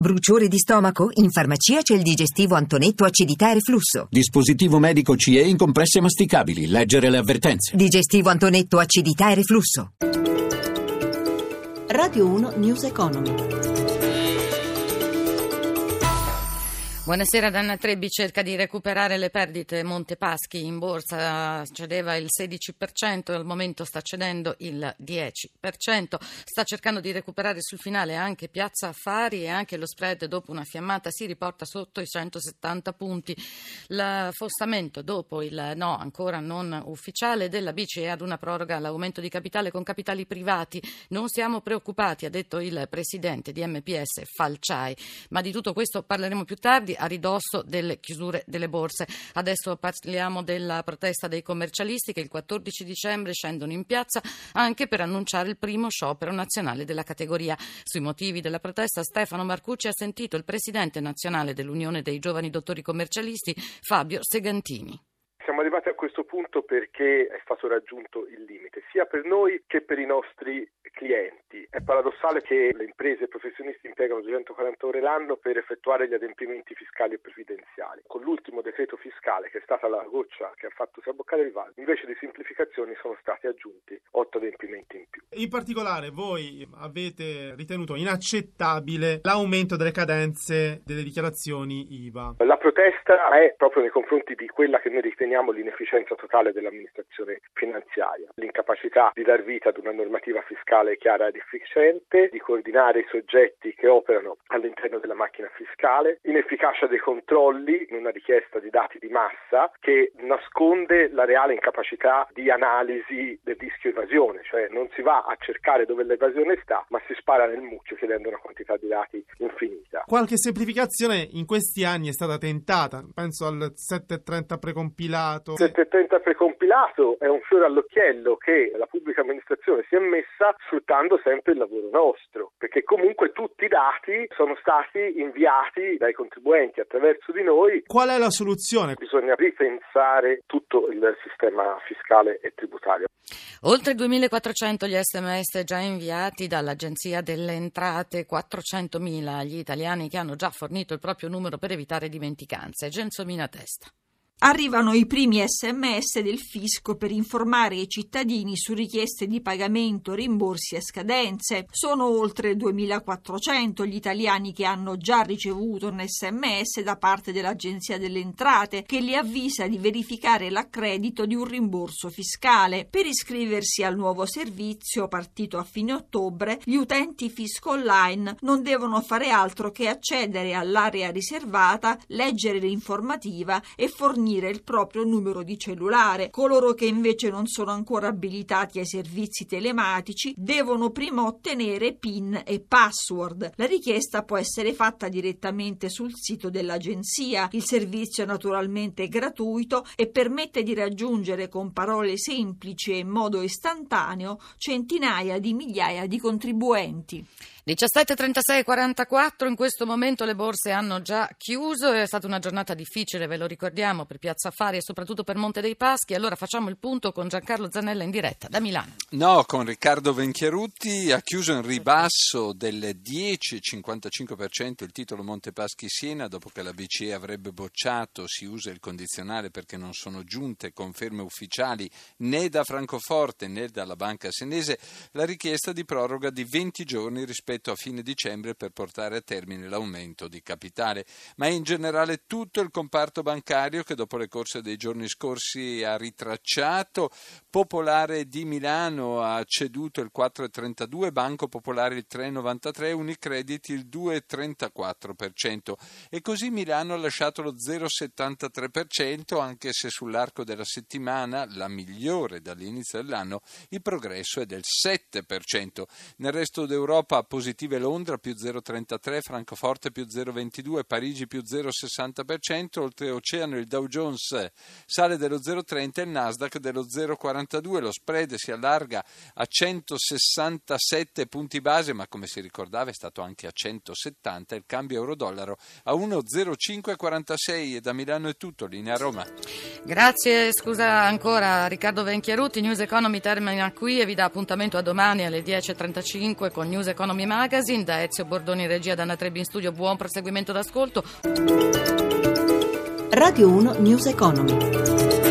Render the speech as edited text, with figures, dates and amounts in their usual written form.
Bruciore di stomaco? In farmacia c'è il digestivo Antonetto acidità e reflusso. Dispositivo medico CE in compresse masticabili. Leggere le avvertenze. Digestivo Antonetto acidità e reflusso. Radio 1 News Economy. Buonasera. Danna Trebbi cerca di recuperare le perdite. Monte Paschi in borsa cedeva il 16%, al momento sta cedendo il 10%. Sta cercando di recuperare sul finale anche Piazza Affari e anche lo spread dopo una fiammata si riporta sotto i 170 punti. L'affossamento dopo il no ancora non ufficiale della BCE ad una proroga all'aumento di capitale con capitali privati. Non siamo preoccupati, ha detto il presidente di MPS Falciai, ma di tutto questo parleremo più tardi a ridosso delle chiusure delle borse. Adesso parliamo della protesta dei commercialisti che il 14 dicembre scendono in piazza anche per annunciare il primo sciopero nazionale della categoria. Sui motivi della protesta Stefano Marcucci ha sentito il presidente nazionale dell'Unione dei Giovani Dottori Commercialisti Fabio Segantini. Siamo arrivati a questo punto perché è stato raggiunto il limite, sia per noi che per i nostri clienti. È paradossale che le imprese e i professionisti impiegano 240 ore l'anno per effettuare gli adempimenti fiscali e previdenziali. Con l'ultimo decreto fiscale, che è stata la goccia che ha fatto traboccare il vaso, invece di semplificazioni sono stati aggiunti 8 adempimenti in più. In particolare voi avete ritenuto inaccettabile l'aumento delle cadenze delle dichiarazioni IVA. La protesta è proprio nei confronti di quella che noi riteniamo l'inefficienza totale dell'amministrazione finanziaria, l'incapacità di dar vita ad una normativa fiscale chiara ed efficiente, di coordinare i soggetti che operano all'interno della macchina fiscale, inefficacia dei controlli in una richiesta di dati di massa che nasconde la reale incapacità di analisi del rischio evasione, cioè non si va a cercare dove l'evasione sta, ma si spara nel mucchio chiedendo una quantità di dati infinita. Qualche semplificazione in questi anni è stata tentata, penso al 730 precompilato. 730 precompilato è un fiore all'occhiello che la pubblica amministrazione si è messa sfruttando sempre il lavoro nostro, perché comunque tutti i dati sono stati inviati dai contribuenti attraverso di noi. Qual è la soluzione? Bisogna ripensare tutto il sistema fiscale e tributario. Oltre 2.400 gli SMS già inviati dall'Agenzia delle Entrate, 400.000 gli italiani che hanno già fornito il proprio numero per evitare dimenticanze. Gensomina Testa. Arrivano i primi SMS del fisco per informare i cittadini su richieste di pagamento, rimborsi e scadenze. Sono oltre 2.400 gli italiani che hanno già ricevuto un SMS da parte dell'Agenzia delle Entrate che li avvisa di verificare l'accredito di un rimborso fiscale. Per iscriversi al nuovo servizio, partito a fine ottobre, gli utenti fisco online non devono fare altro che accedere all'area riservata, leggere l'informativa e fornire il proprio numero di cellulare. Coloro che invece non sono ancora abilitati ai servizi telematici devono prima ottenere PIN e password. La richiesta può essere fatta direttamente sul sito dell'agenzia. Il servizio è naturalmente gratuito e permette di raggiungere con parole semplici e in modo istantaneo centinaia di migliaia di contribuenti. 17:36:44, in questo momento le borse hanno già chiuso, è stata una giornata difficile, ve lo ricordiamo, per Piazza Affari e soprattutto per Monte dei Paschi. Allora facciamo il punto con Giancarlo Zanella in diretta da Milano. No, con Riccardo Venchiarutti. Ha chiuso in ribasso del 10,55% il titolo Monte Paschi Siena, dopo che la BCE avrebbe bocciato, si usa il condizionale perché non sono giunte conferme ufficiali né da Francoforte né dalla banca senese, la richiesta di proroga di 20 giorni rispetto a fine dicembre per portare a termine l'aumento di capitale, ma in generale tutto il comparto bancario che dopo le corse dei giorni scorsi ha ritracciato. Popolare di Milano ha ceduto il 4,32%, Banco Popolare il 3,93%, Unicredit il 2,34% e così Milano ha lasciato lo 0,73%, anche se sull'arco della settimana, la migliore dall'inizio dell'anno, il progresso è del 7%. Nel resto d'Europa positive Londra più 0,33%, Francoforte più 0,22%, Parigi più 0,60%, oltreoceano il Dow Jones sale dello 0,30% e il Nasdaq dello 0,42%, lo spread si allarga a 167 punti base, ma come si ricordava è stato anche a 170, il cambio euro-dollaro a 1,0546 e da Milano è tutto, linea Roma. Grazie, scusa ancora Riccardo Venchiarutti. News Economy termina qui e vi dà appuntamento a domani alle 10:35 con News Economy Magazine. Da Ezio Bordoni, regia, da Anna Trebbi in studio. Buon proseguimento d'ascolto. Radio 1 News Economy.